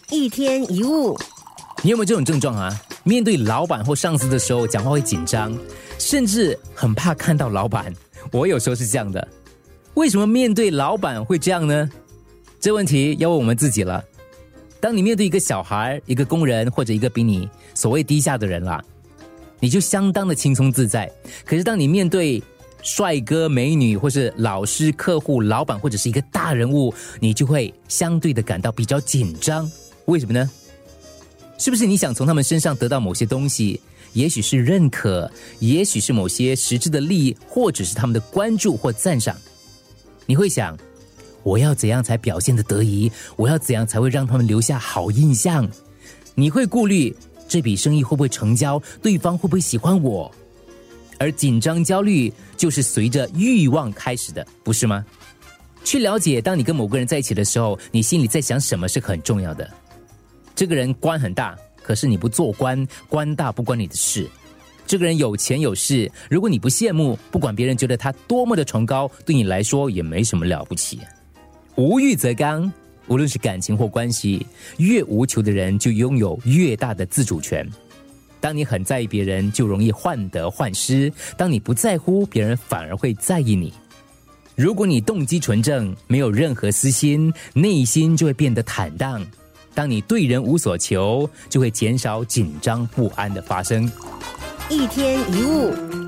一天一物。 你有没有这种症状啊？面对老板或上司的时候，讲话会紧张，甚至很怕看到老板。我有时候是这样的。为什么面对老板会这样呢？这问题要问我们自己了。当你面对一个小孩、一个工人或者一个比你所谓低下的人啦，你就相当的轻松自在。可是当你面对帅哥美女或是老师、客户、老板或者是一个大人物，你就会相对的感到比较紧张。为什么呢？是不是你想从他们身上得到某些东西？也许是认可，也许是某些实质的利益，或者是他们的关注或赞赏。你会想，我要怎样才表现得得宜？我要怎样才会让他们留下好印象？你会顾虑这笔生意会不会成交，对方会不会喜欢我？而紧张焦虑就是随着欲望开始的，不是吗？去了解，当你跟某个人在一起的时候，你心里在想什么是很重要的。这个人官很大，可是你不做官，官大不关你的事。这个人有钱有势，如果你不羡慕，不管别人觉得他多么的崇高，对你来说也没什么了不起。无欲则刚，无论是感情或关系，越无求的人就拥有越大的自主权。当你很在意别人，就容易患得患失；当你不在乎，别人反而会在意你。如果你动机纯正，没有任何私心，内心就会变得坦荡。当你对人无所求，就会减少紧张不安的发生。 一天一物。